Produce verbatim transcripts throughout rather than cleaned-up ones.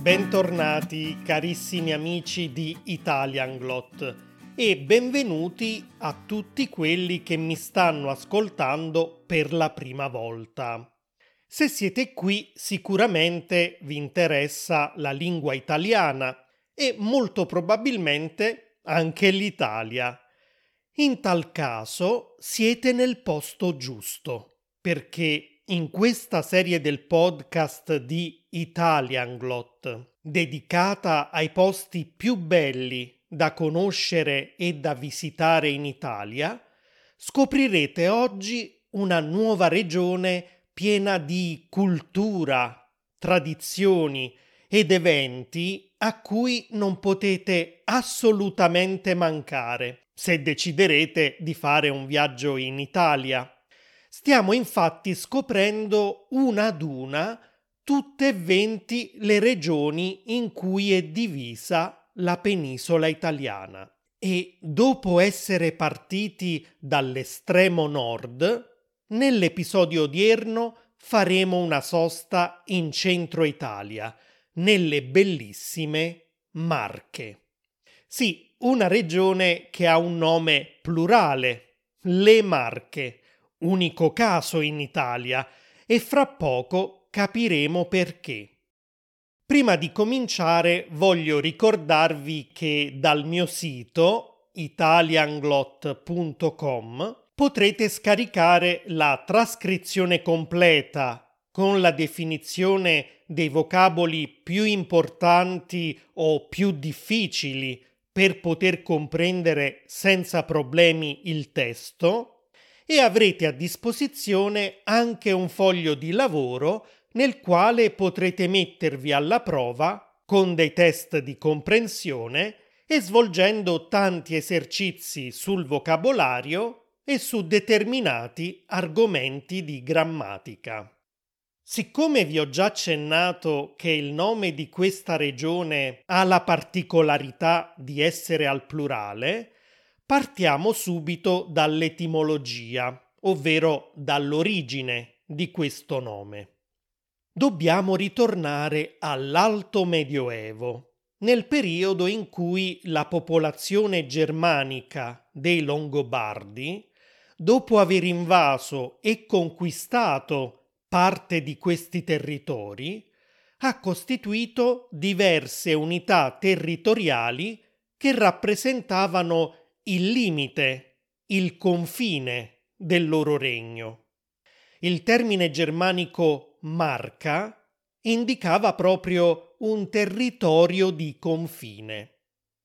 Bentornati carissimi amici di Italianglot e benvenuti a tutti quelli che mi stanno ascoltando per la prima volta. Se siete qui sicuramente vi interessa la lingua italiana e molto probabilmente anche l'Italia. In tal caso siete nel posto giusto, perché in questa serie del podcast di Italianglot, dedicata ai posti più belli da conoscere e da visitare in Italia, scoprirete oggi una nuova regione piena di cultura, tradizioni ed eventi a cui non potete assolutamente mancare se deciderete di fare un viaggio in Italia. Stiamo infatti scoprendo una ad una tutte e venti le regioni in cui è divisa la penisola italiana. E dopo essere partiti dall'estremo nord, nell'episodio odierno faremo una sosta in centro Italia, nelle bellissime Marche. Sì, una regione che ha un nome plurale, le Marche, unico caso in Italia, e fra poco capiremo perché. Prima di cominciare voglio ricordarvi che dal mio sito italianglot punto com potrete scaricare la trascrizione completa con la definizione dei vocaboli più importanti o più difficili per poter comprendere senza problemi il testo, e avrete a disposizione anche un foglio di lavoro nel quale potrete mettervi alla prova con dei test di comprensione e svolgendo tanti esercizi sul vocabolario e su determinati argomenti di grammatica. Siccome vi ho già accennato che il nome di questa regione ha la particolarità di essere al plurale, partiamo subito dall'etimologia, ovvero dall'origine di questo nome. Dobbiamo ritornare all'Alto Medioevo, nel periodo in cui la popolazione germanica dei Longobardi, dopo aver invaso e conquistato parte di questi territori, ha costituito diverse unità territoriali che rappresentavano il limite, il confine del loro regno. Il termine germanico Marca indicava proprio un territorio di confine.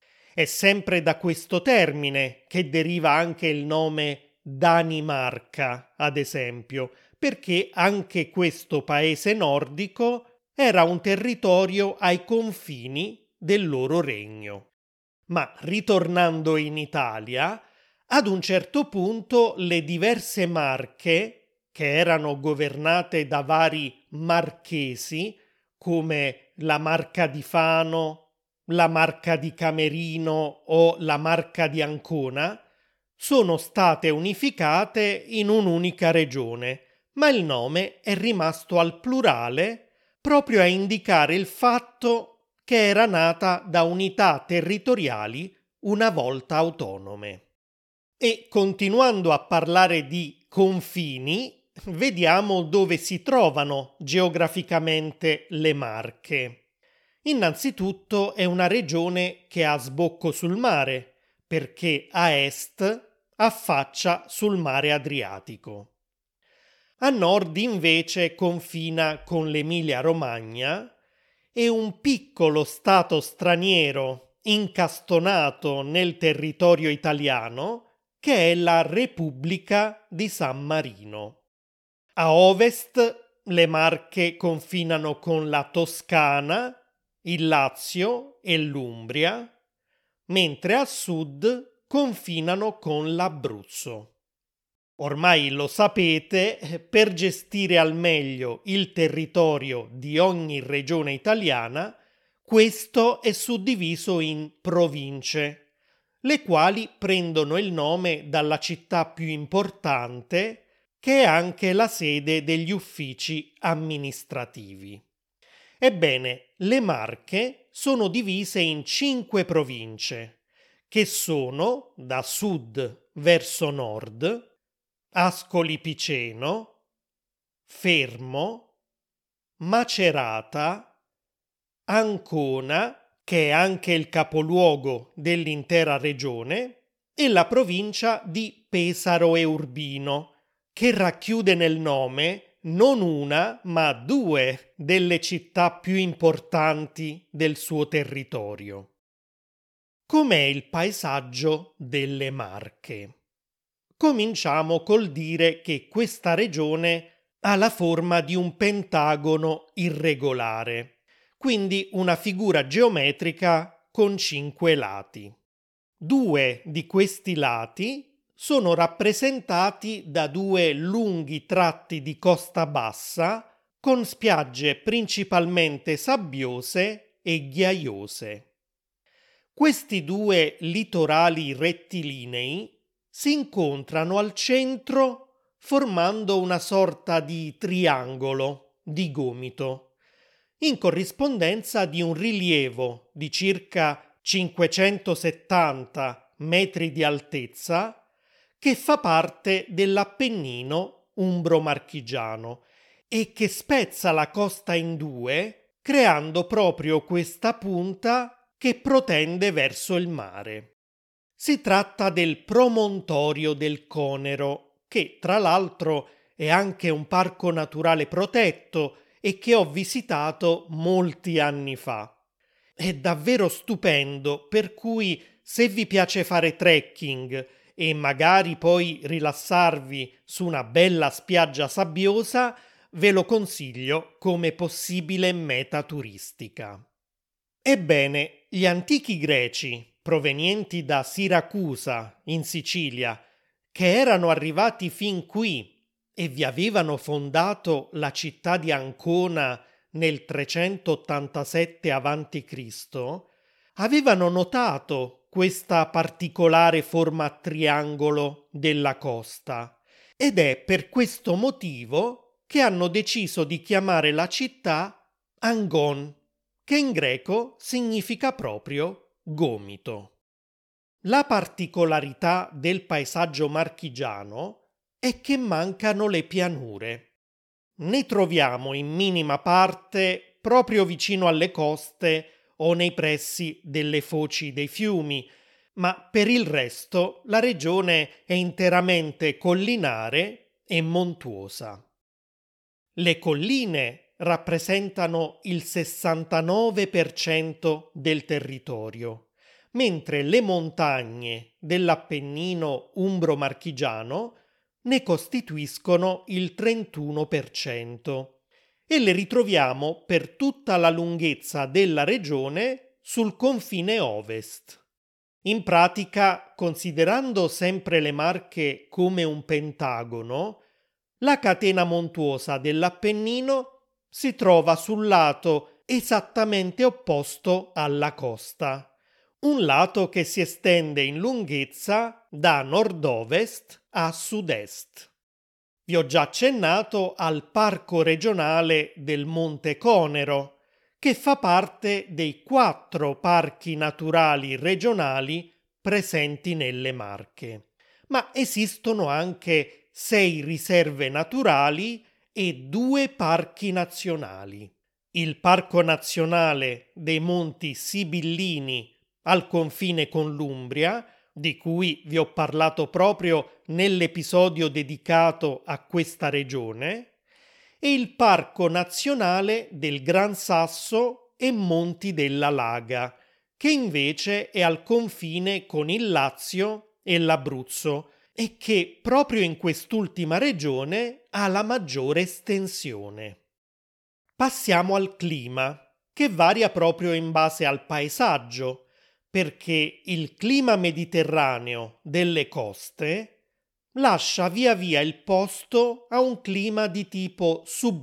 È sempre da questo termine che deriva anche il nome Danimarca, ad esempio, perché anche questo paese nordico era un territorio ai confini del loro regno. Ma ritornando in Italia, ad un certo punto le diverse Marche, che erano governate da vari marchesi, come la Marca di Fano, la Marca di Camerino o la Marca di Ancona, sono state unificate in un'unica regione, ma il nome è rimasto al plurale proprio a indicare il fatto che era nata da unità territoriali una volta autonome. E continuando a parlare di confini, vediamo dove si trovano geograficamente le Marche. Innanzitutto è una regione che ha sbocco sul mare, perché a est affaccia sul mare Adriatico. A nord invece confina con l'Emilia-Romagna e un piccolo stato straniero incastonato nel territorio italiano che è la Repubblica di San Marino. A ovest le Marche confinano con la Toscana, il Lazio e l'Umbria, mentre a sud confinano con l'Abruzzo. Ormai lo sapete, per gestire al meglio il territorio di ogni regione italiana, questo è suddiviso in province, le quali prendono il nome dalla città più importante, che è anche la sede degli uffici amministrativi. Ebbene, le Marche sono divise in cinque province, che sono, da sud verso nord, Ascoli Piceno, Fermo, Macerata, Ancona, che è anche il capoluogo dell'intera regione, e la provincia di Pesaro e Urbino, che racchiude nel nome non una, ma due delle città più importanti del suo territorio. Com'è il paesaggio delle Marche? Cominciamo col dire che questa regione ha la forma di un pentagono irregolare, quindi una figura geometrica con cinque lati. Due di questi lati sono rappresentati da due lunghi tratti di costa bassa con spiagge principalmente sabbiose e ghiaiose. Questi due litorali rettilinei si incontrano al centro formando una sorta di triangolo di gomito, in corrispondenza di un rilievo di circa cinquecentosettanta metri di altezza che fa parte dell'Appennino umbro-marchigiano e che spezza la costa in due, creando proprio questa punta che protende verso il mare. Si tratta del promontorio del Conero, che tra l'altro è anche un parco naturale protetto e che ho visitato molti anni fa. È davvero stupendo, per cui se vi piace fare trekking e magari poi rilassarvi su una bella spiaggia sabbiosa, ve lo consiglio come possibile meta turistica. Ebbene, gli antichi greci, provenienti da Siracusa, in Sicilia, che erano arrivati fin qui e vi avevano fondato la città di Ancona nel trecentottantasette avanti Cristo, avevano notato questa particolare forma a triangolo della costa ed è per questo motivo che hanno deciso di chiamare la città Angon, che in greco significa proprio gomito. La particolarità del paesaggio marchigiano è che mancano le pianure. Ne troviamo in minima parte proprio vicino alle coste o nei pressi delle foci dei fiumi, ma per il resto la regione è interamente collinare e montuosa. Le colline rappresentano il sessantanove per cento del territorio, mentre le montagne dell'Appennino umbro-marchigiano ne costituiscono il trentuno per cento e le ritroviamo per tutta la lunghezza della regione sul confine ovest. In pratica, considerando sempre le Marche come un pentagono, la catena montuosa dell'Appennino si trova sul lato esattamente opposto alla costa, un lato che si estende in lunghezza da nord-ovest a sud-est. Vi ho già accennato al Parco regionale del Monte Conero, che fa parte dei quattro parchi naturali regionali presenti nelle Marche. Ma esistono anche sei riserve naturali e due parchi nazionali. Il Parco Nazionale dei Monti Sibillini al confine con l'Umbria, di cui vi ho parlato proprio nell'episodio dedicato a questa regione, e il Parco Nazionale del Gran Sasso e Monti della Laga, che invece è al confine con il Lazio e l'Abruzzo e che proprio in quest'ultima regione ha la maggiore estensione. Passiamo al clima, che varia proprio in base al paesaggio, perché il clima mediterraneo delle coste lascia via via il posto a un clima di tipo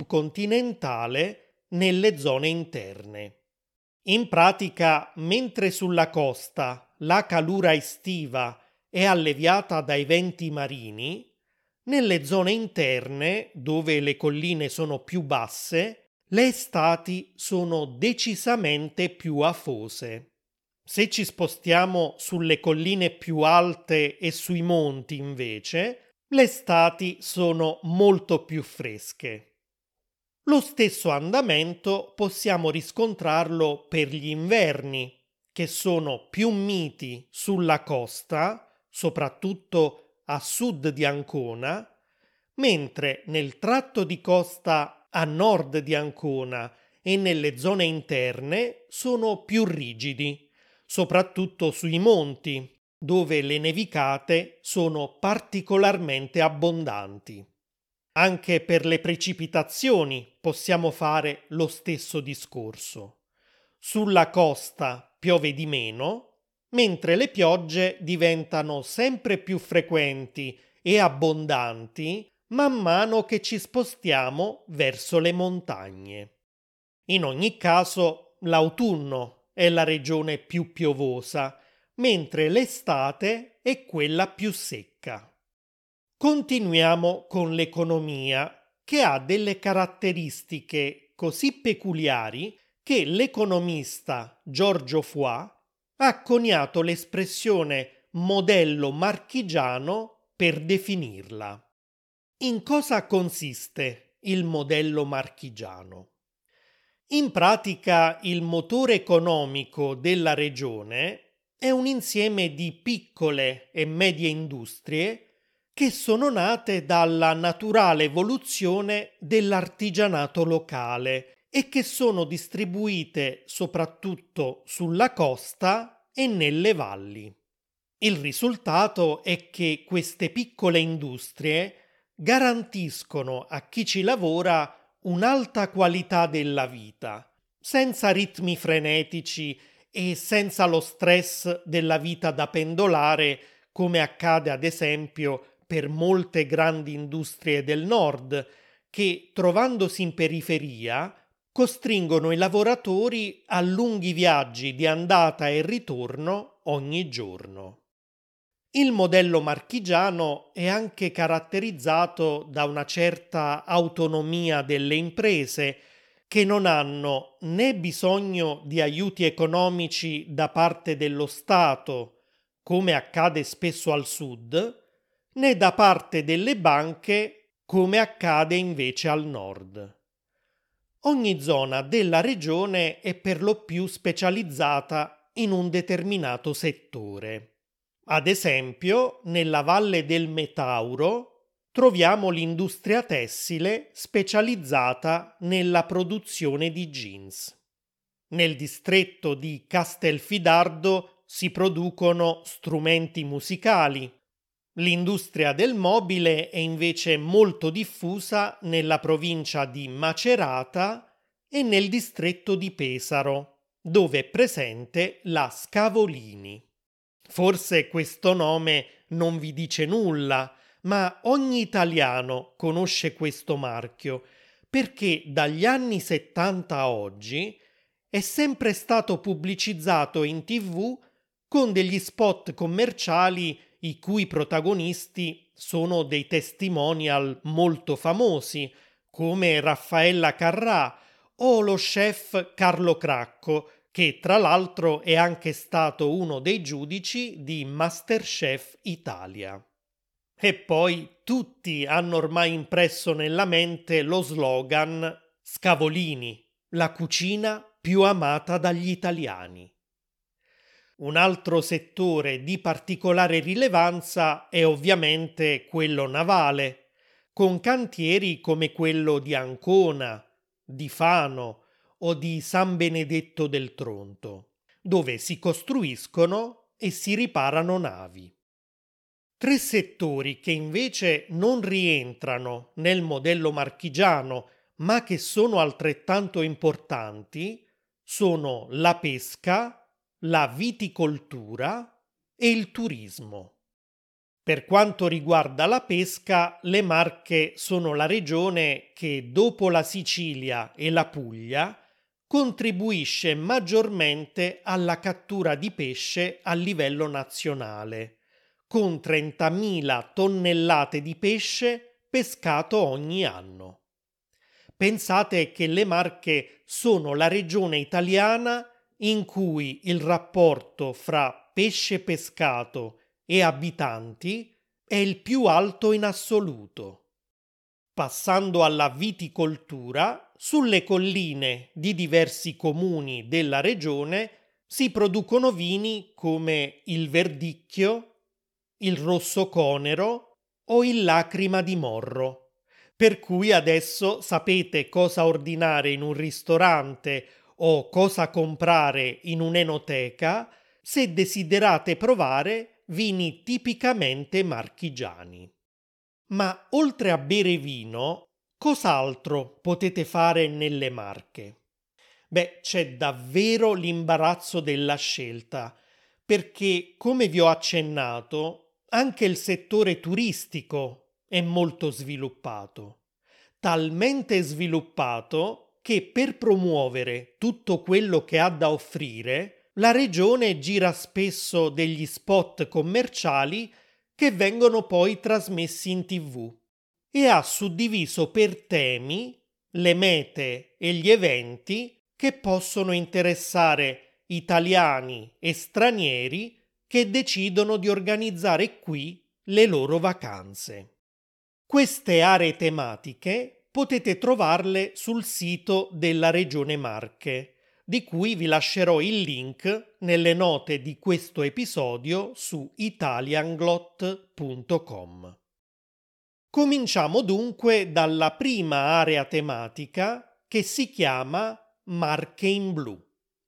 subcontinentale nelle zone interne. In pratica, mentre sulla costa la calura estiva è alleviata dai venti marini, nelle zone interne, dove le colline sono più basse, le estati sono decisamente più afose. Se ci spostiamo sulle colline più alte e sui monti, invece, le estati sono molto più fresche. Lo stesso andamento possiamo riscontrarlo per gli inverni, che sono più miti sulla costa, soprattutto a sud di Ancona, mentre nel tratto di costa a nord di Ancona e nelle zone interne sono più rigidi, soprattutto sui monti, dove le nevicate sono particolarmente abbondanti. Anche per le precipitazioni possiamo fare lo stesso discorso. Sulla costa piove di meno, mentre le piogge diventano sempre più frequenti e abbondanti man mano che ci spostiamo verso le montagne. In ogni caso, l'autunno è la regione più piovosa, mentre l'estate è quella più secca. Continuiamo con l'economia, che ha delle caratteristiche così peculiari che l'economista Giorgio Foix ha coniato l'espressione modello marchigiano per definirla. In cosa consiste il modello marchigiano? In pratica, il motore economico della regione è un insieme di piccole e medie industrie che sono nate dalla naturale evoluzione dell'artigianato locale e che sono distribuite soprattutto sulla costa e nelle valli. Il risultato è che queste piccole industrie garantiscono a chi ci lavora un'alta qualità della vita, senza ritmi frenetici e senza lo stress della vita da pendolare, come accade ad esempio per molte grandi industrie del nord, che, trovandosi in periferia, costringono i lavoratori a lunghi viaggi di andata e ritorno ogni giorno. Il modello marchigiano è anche caratterizzato da una certa autonomia delle imprese che non hanno né bisogno di aiuti economici da parte dello Stato, come accade spesso al sud, né da parte delle banche, come accade invece al nord. Ogni zona della regione è per lo più specializzata in un determinato settore. Ad esempio, nella Valle del Metauro troviamo l'industria tessile specializzata nella produzione di jeans. Nel distretto di Castelfidardo si producono strumenti musicali. L'industria del mobile è invece molto diffusa nella provincia di Macerata e nel distretto di Pesaro, dove è presente la Scavolini. Forse questo nome non vi dice nulla, ma ogni italiano conosce questo marchio perché dagli anni settanta a oggi è sempre stato pubblicizzato in tivù con degli spot commerciali i cui protagonisti sono dei testimonial molto famosi, come Raffaella Carrà o lo chef Carlo Cracco, che tra l'altro è anche stato uno dei giudici di MasterChef Italia. E poi tutti hanno ormai impresso nella mente lo slogan Scavolini, la cucina più amata dagli italiani. Un altro settore di particolare rilevanza è ovviamente quello navale, con cantieri come quello di Ancona, di Fano o di San Benedetto del Tronto, dove si costruiscono e si riparano navi. Tre settori che invece non rientrano nel modello marchigiano, ma che sono altrettanto importanti, sono la pesca, la viticoltura e il turismo. Per quanto riguarda la pesca, le Marche sono la regione che, dopo la Sicilia e la Puglia, contribuisce maggiormente alla cattura di pesce a livello nazionale, con trentamila tonnellate di pesce pescato ogni anno. Pensate che le Marche sono la regione italiana in cui il rapporto fra pesce pescato e abitanti è il più alto in assoluto. Passando alla viticoltura, sulle colline di diversi comuni della regione si producono vini come il Verdicchio, il Rosso Conero o il Lacrima di Morro. Per cui adesso sapete cosa ordinare in un ristorante o cosa comprare in un'enoteca se desiderate provare vini tipicamente marchigiani. Ma oltre a bere vino, cos'altro potete fare nelle Marche? Beh, c'è davvero l'imbarazzo della scelta, perché, come vi ho accennato, anche il settore turistico è molto sviluppato. Talmente sviluppato che per promuovere tutto quello che ha da offrire, la regione gira spesso degli spot commerciali che vengono poi trasmessi in tivù e ha suddiviso per temi le mete e gli eventi che possono interessare italiani e stranieri che decidono di organizzare qui le loro vacanze. Queste aree tematiche potete trovarle sul sito della Regione Marche, di cui vi lascerò il link nelle note di questo episodio su italianglot punto com. Cominciamo dunque dalla prima area tematica che si chiama Marche in blu.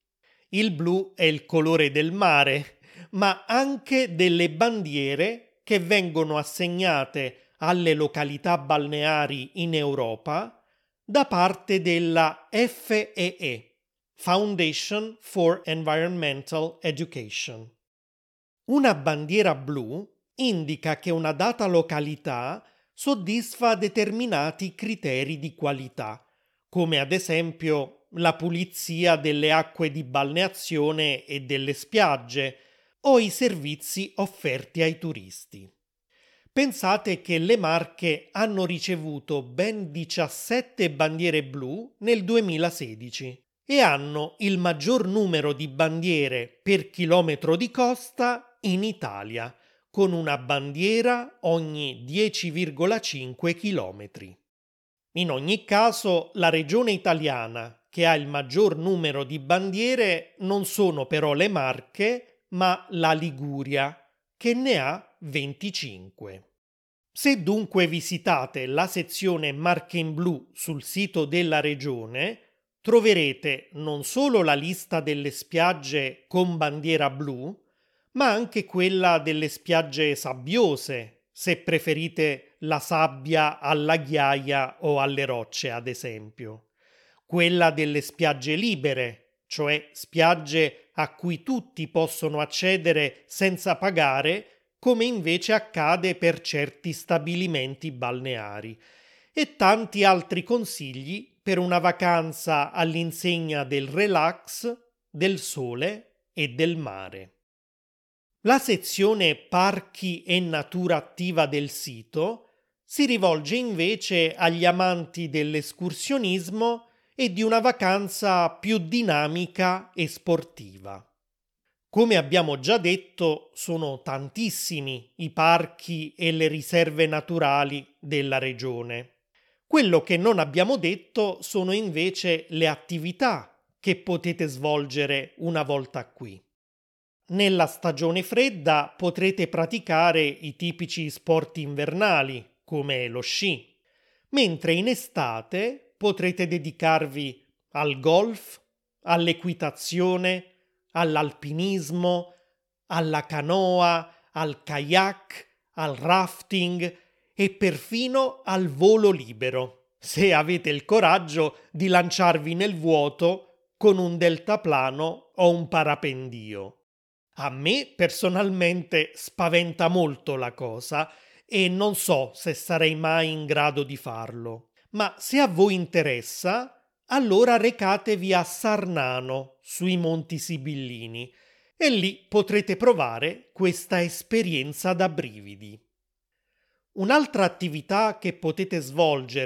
Il blu è il colore del mare, ma anche delle bandiere che vengono assegnate alle località balneari in Europa da parte della F E E, Foundation for Environmental Education. Una bandiera blu indica che una data località soddisfa determinati criteri di qualità, come ad esempio la pulizia delle acque di balneazione e delle spiagge o i servizi offerti ai turisti. Pensate che le Marche hanno ricevuto ben diciassette bandiere blu nel duemilasedici e hanno il maggior numero di bandiere per chilometro di costa in Italia, con una bandiera ogni dieci virgola cinque chilometri. In ogni caso, la regione italiana che ha il maggior numero di bandiere non sono però le Marche, ma la Liguria, che ne ha venticinque. Se dunque visitate la sezione Marche in blu sul sito della regione, troverete non solo la lista delle spiagge con bandiera blu, ma anche quella delle spiagge sabbiose, se preferite la sabbia alla ghiaia o alle rocce, ad esempio. Quella delle spiagge libere, cioè spiagge a cui tutti possono accedere senza pagare, come invece accade per certi stabilimenti balneari, e tanti altri consigli per una vacanza all'insegna del relax, del sole e del mare. La sezione Parchi e Natura Attiva del sito si rivolge invece agli amanti dell'escursionismo e di una vacanza più dinamica e sportiva. Come abbiamo già detto, sono tantissimi i parchi e le riserve naturali della regione. Quello che non abbiamo detto sono invece le attività che potete svolgere una volta qui. Nella stagione fredda potrete praticare i tipici sport invernali, come lo sci, mentre in estate potrete dedicarvi al golf, all'equitazione, all'alpinismo, alla canoa, al kayak, al rafting e perfino al volo libero, se avete il coraggio di lanciarvi nel vuoto con un deltaplano o un parapendio. A me personalmente spaventa molto la cosa e non so se sarei mai in grado di farlo, ma se a voi interessa, allora recatevi a Sarnano, sui Monti Sibillini, e lì potrete provare questa esperienza da brividi. Un'altra attività che potete svolgere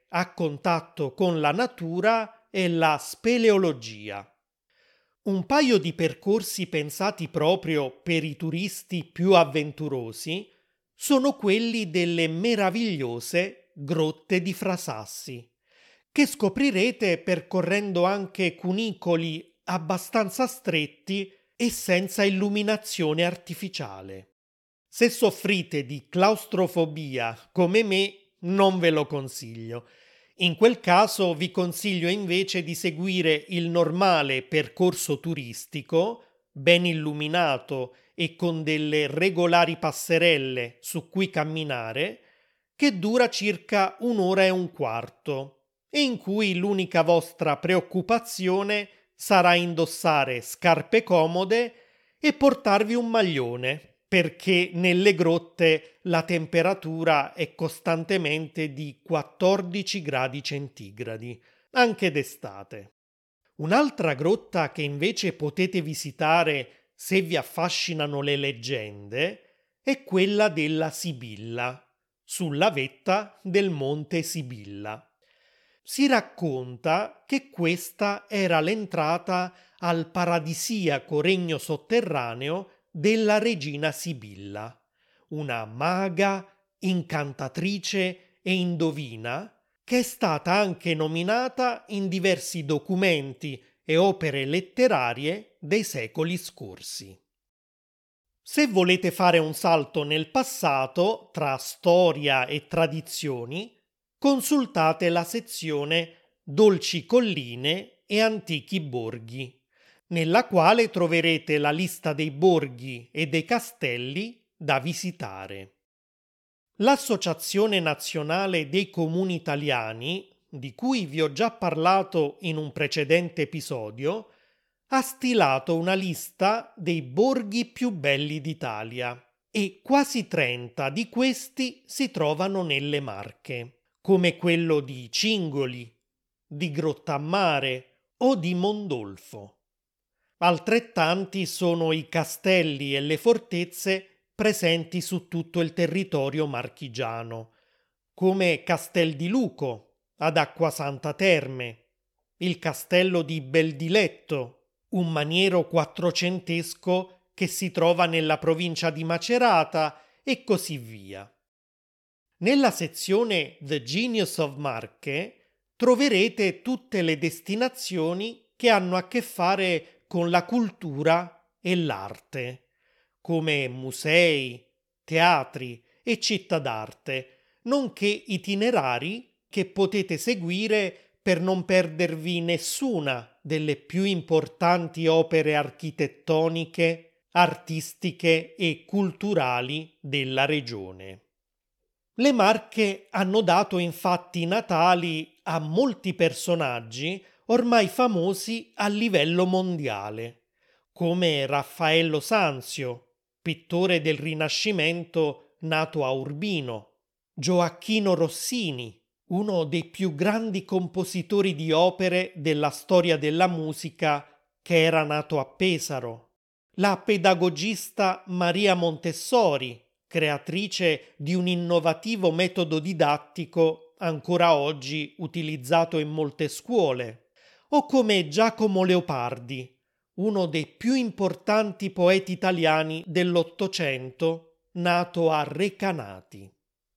a contatto con la natura è la speleologia. Un paio di percorsi pensati proprio per i turisti più avventurosi sono quelli delle meravigliose grotte di Frasassi, che scoprirete percorrendo anche cunicoli abbastanza stretti e senza illuminazione artificiale. Se soffrite di claustrofobia come me, non ve lo consiglio. In quel caso vi consiglio invece di seguire il normale percorso turistico, ben illuminato e con delle regolari passerelle su cui camminare, che dura circa un'ora e un quarto, e in cui l'unica vostra preoccupazione sarà indossare scarpe comode e portarvi un maglione, perché nelle grotte la temperatura è costantemente di quattordici gradi centigradi, anche d'estate. Un'altra grotta che invece potete visitare se vi affascinano le leggende è quella della Sibilla, sulla vetta del Monte Sibilla. Si racconta che questa era l'entrata al paradisiaco regno sotterraneo della regina Sibilla, una maga, incantatrice e indovina che è stata anche nominata in diversi documenti e opere letterarie dei secoli scorsi. Se volete fare un salto nel passato tra storia e tradizioni, consultate la sezione Dolci colline e antichi borghi, nella quale troverete la lista dei borghi e dei castelli da visitare. L'Associazione Nazionale dei Comuni Italiani, di cui vi ho già parlato in un precedente episodio, ha stilato una lista dei borghi più belli d'Italia e quasi trenta di questi si trovano nelle Marche, come quello di Cingoli, di Grottammare o di Mondolfo. Altrettanti sono i castelli e le fortezze presenti su tutto il territorio marchigiano, come Castel di Luco, ad Acquasanta Terme, il castello di Beldiletto, un maniero quattrocentesco che si trova nella provincia di Macerata e così via. Nella sezione The Genius of Marche troverete tutte le destinazioni che hanno a che fare con la cultura e l'arte, come musei, teatri e città d'arte, nonché itinerari che potete seguire per non perdervi nessuna delle più importanti opere architettoniche, artistiche e culturali della regione. Le Marche hanno dato infatti natali a molti personaggi ormai famosi a livello mondiale, come Raffaello Sanzio, pittore del Rinascimento nato a Urbino, Gioacchino Rossini, uno dei più grandi compositori di opere della storia della musica che era nato a Pesaro, la pedagogista Maria Montessori, creatrice di un innovativo metodo didattico ancora oggi utilizzato in molte scuole, o come Giacomo Leopardi, uno dei più importanti poeti italiani dell'Ottocento, nato a Recanati.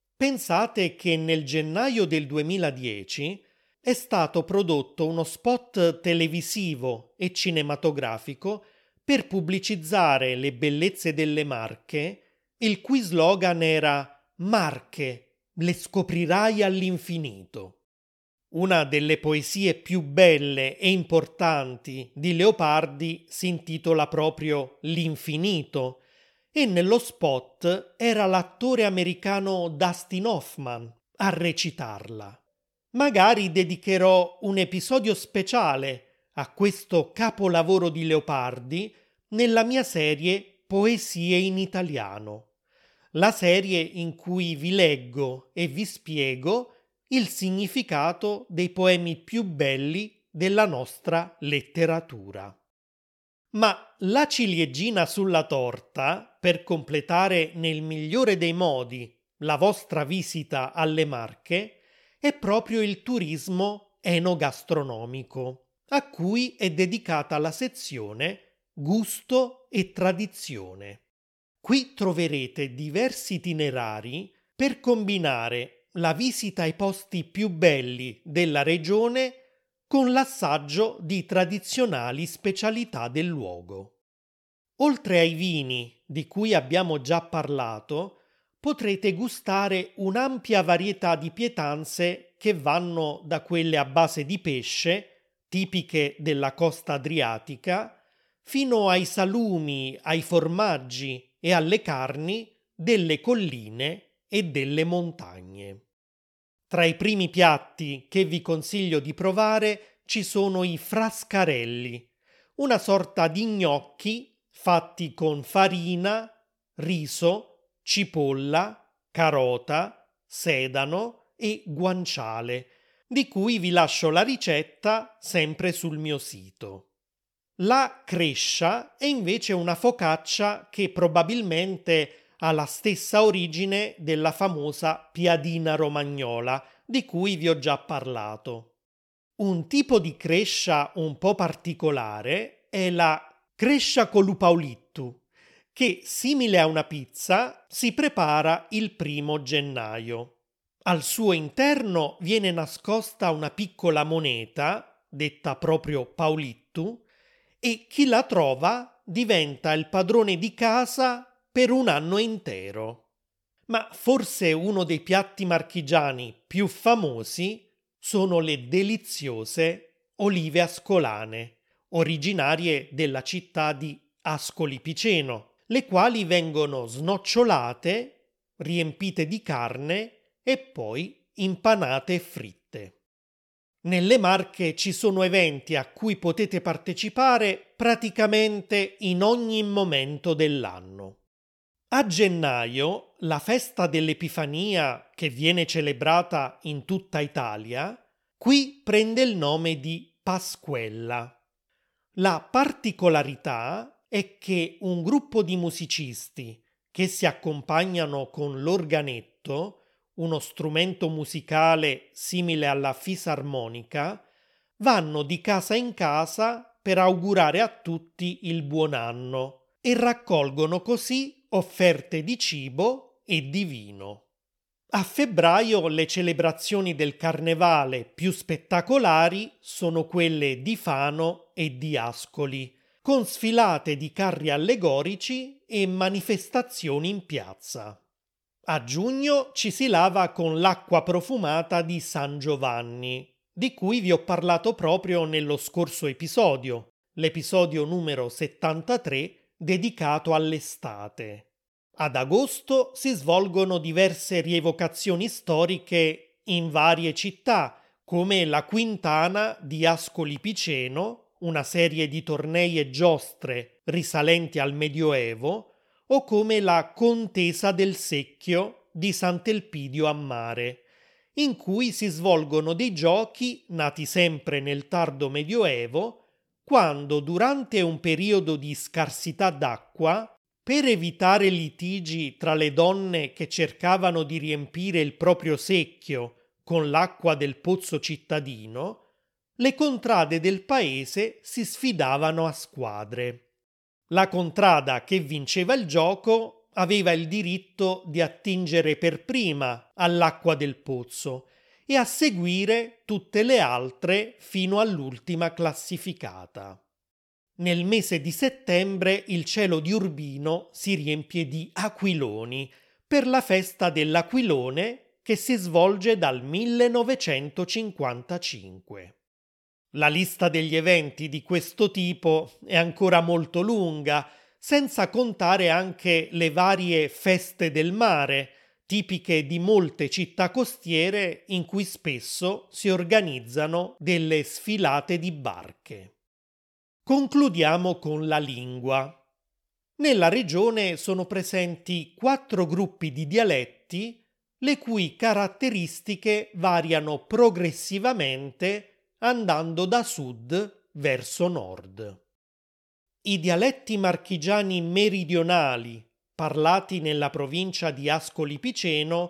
Pensate che nel gennaio del duemiladieci è stato prodotto uno spot televisivo e cinematografico per pubblicizzare le bellezze delle Marche, il cui slogan era «Marche, le scoprirai all'infinito». Una delle poesie più belle e importanti di Leopardi si intitola proprio L'infinito e nello spot era l'attore americano Dustin Hoffman a recitarla. Magari dedicherò un episodio speciale a questo capolavoro di Leopardi nella mia serie Poesie in italiano, la serie in cui vi leggo e vi spiego il significato dei poemi più belli della nostra letteratura. Ma la ciliegina sulla torta, per completare nel migliore dei modi la vostra visita alle Marche, è proprio il turismo enogastronomico, a cui è dedicata la sezione Gusto e Tradizione. Qui troverete diversi itinerari per combinare la visita ai posti più belli della regione con l'assaggio di tradizionali specialità del luogo. Oltre ai vini di cui abbiamo già parlato, potrete gustare un'ampia varietà di pietanze che vanno da quelle a base di pesce, tipiche della costa adriatica, fino ai salumi, ai formaggi e alle carni delle colline e delle montagne. Tra i primi piatti che vi consiglio di provare ci sono i frascarelli, una sorta di gnocchi fatti con farina, riso, cipolla, carota, sedano e guanciale, di cui vi lascio la ricetta sempre sul mio sito. La crescia è invece una focaccia che probabilmente ha la stessa origine della famosa piadina romagnola, di cui vi ho già parlato. Un tipo di crescia un po' particolare è la crescia con lupaulittu, che, simile a una pizza, si prepara il primo gennaio. Al suo interno viene nascosta una piccola moneta, detta proprio paulittu, e chi la trova diventa il padrone di casa per un anno intero. Ma forse uno dei piatti marchigiani più famosi sono le deliziose olive ascolane, originarie della città di Ascoli Piceno, le quali vengono snocciolate, riempite di carne e poi impanate e fritte. Nelle Marche ci sono eventi a cui potete partecipare praticamente in ogni momento dell'anno. A gennaio, la festa dell'Epifania, che viene celebrata in tutta Italia, qui prende il nome di Pasquella. La particolarità è che un gruppo di musicisti che si accompagnano con l'organetto, uno strumento musicale simile alla fisarmonica, vanno di casa in casa per augurare a tutti il buon anno e raccolgono così offerte di cibo e di vino. A febbraio le celebrazioni del carnevale più spettacolari sono quelle di Fano e di Ascoli, con sfilate di carri allegorici e manifestazioni in piazza. A giugno ci si lava con l'acqua profumata di San Giovanni, di cui vi ho parlato proprio nello scorso episodio, l'episodio numero settantatré dedicato all'estate. Ad agosto si svolgono diverse rievocazioni storiche in varie città, come la Quintana di Ascoli Piceno, una serie di tornei e giostre risalenti al Medioevo, o come la Contesa del Secchio di Sant'Elpidio a Mare, in cui si svolgono dei giochi nati sempre nel tardo Medioevo, quando durante un periodo di scarsità d'acqua, per evitare litigi tra le donne che cercavano di riempire il proprio secchio con l'acqua del pozzo cittadino, le contrade del paese si sfidavano a squadre. La contrada che vinceva il gioco aveva il diritto di attingere per prima all'acqua del pozzo e a seguire tutte le altre fino all'ultima classificata. Nel mese di settembre il cielo di Urbino si riempie di aquiloni per la festa dell'Aquilone che si svolge dal millenovecentocinquantacinque. La lista degli eventi di questo tipo è ancora molto lunga, senza contare anche le varie feste del mare, tipiche di molte città costiere in cui spesso si organizzano delle sfilate di barche. Concludiamo con la lingua. Nella regione sono presenti quattro gruppi di dialetti, le cui caratteristiche variano progressivamente andando da sud verso nord. I dialetti marchigiani meridionali, parlati nella provincia di Ascoli Piceno,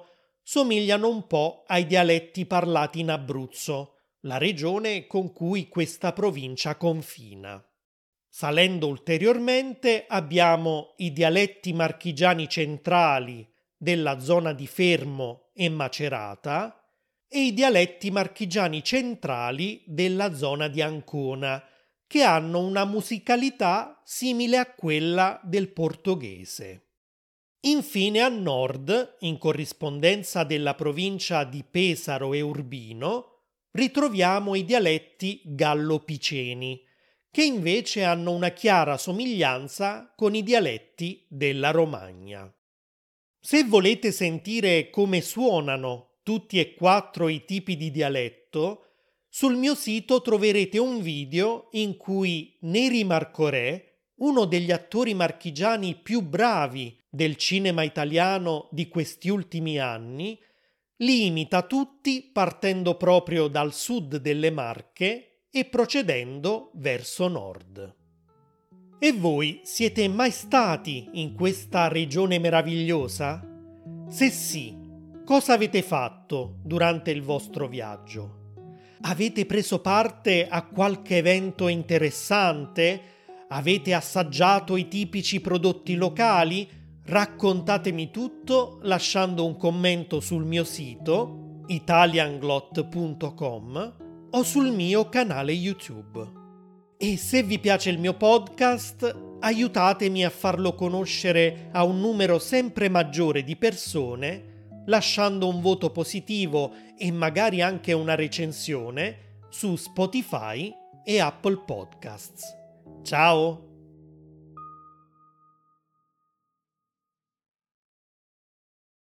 somigliano un po' ai dialetti parlati in Abruzzo, la regione con cui questa provincia confina. Salendo ulteriormente abbiamo i dialetti marchigiani centrali della zona di Fermo e Macerata e i dialetti marchigiani centrali della zona di Ancona, che hanno una musicalità simile a quella del portoghese. Infine a nord, in corrispondenza della provincia di Pesaro e Urbino, ritroviamo i dialetti gallo-piceni, che invece hanno una chiara somiglianza con i dialetti della Romagna. Se volete sentire come suonano tutti e quattro i tipi di dialetto, sul mio sito troverete un video in cui Neri Marcorè, uno degli attori marchigiani più bravi del cinema italiano di questi ultimi anni, li imita tutti partendo proprio dal sud delle Marche e procedendo verso nord. E voi siete mai stati in questa regione meravigliosa? Se sì, cosa avete fatto durante il vostro viaggio? Avete preso parte a qualche evento interessante? Avete assaggiato i tipici prodotti locali? Raccontatemi tutto lasciando un commento sul mio sito italianglot punto com o sul mio canale YouTube. E se vi piace il mio podcast, aiutatemi a farlo conoscere a un numero sempre maggiore di persone lasciando un voto positivo e magari anche una recensione su Spotify e Apple Podcasts. Ciao!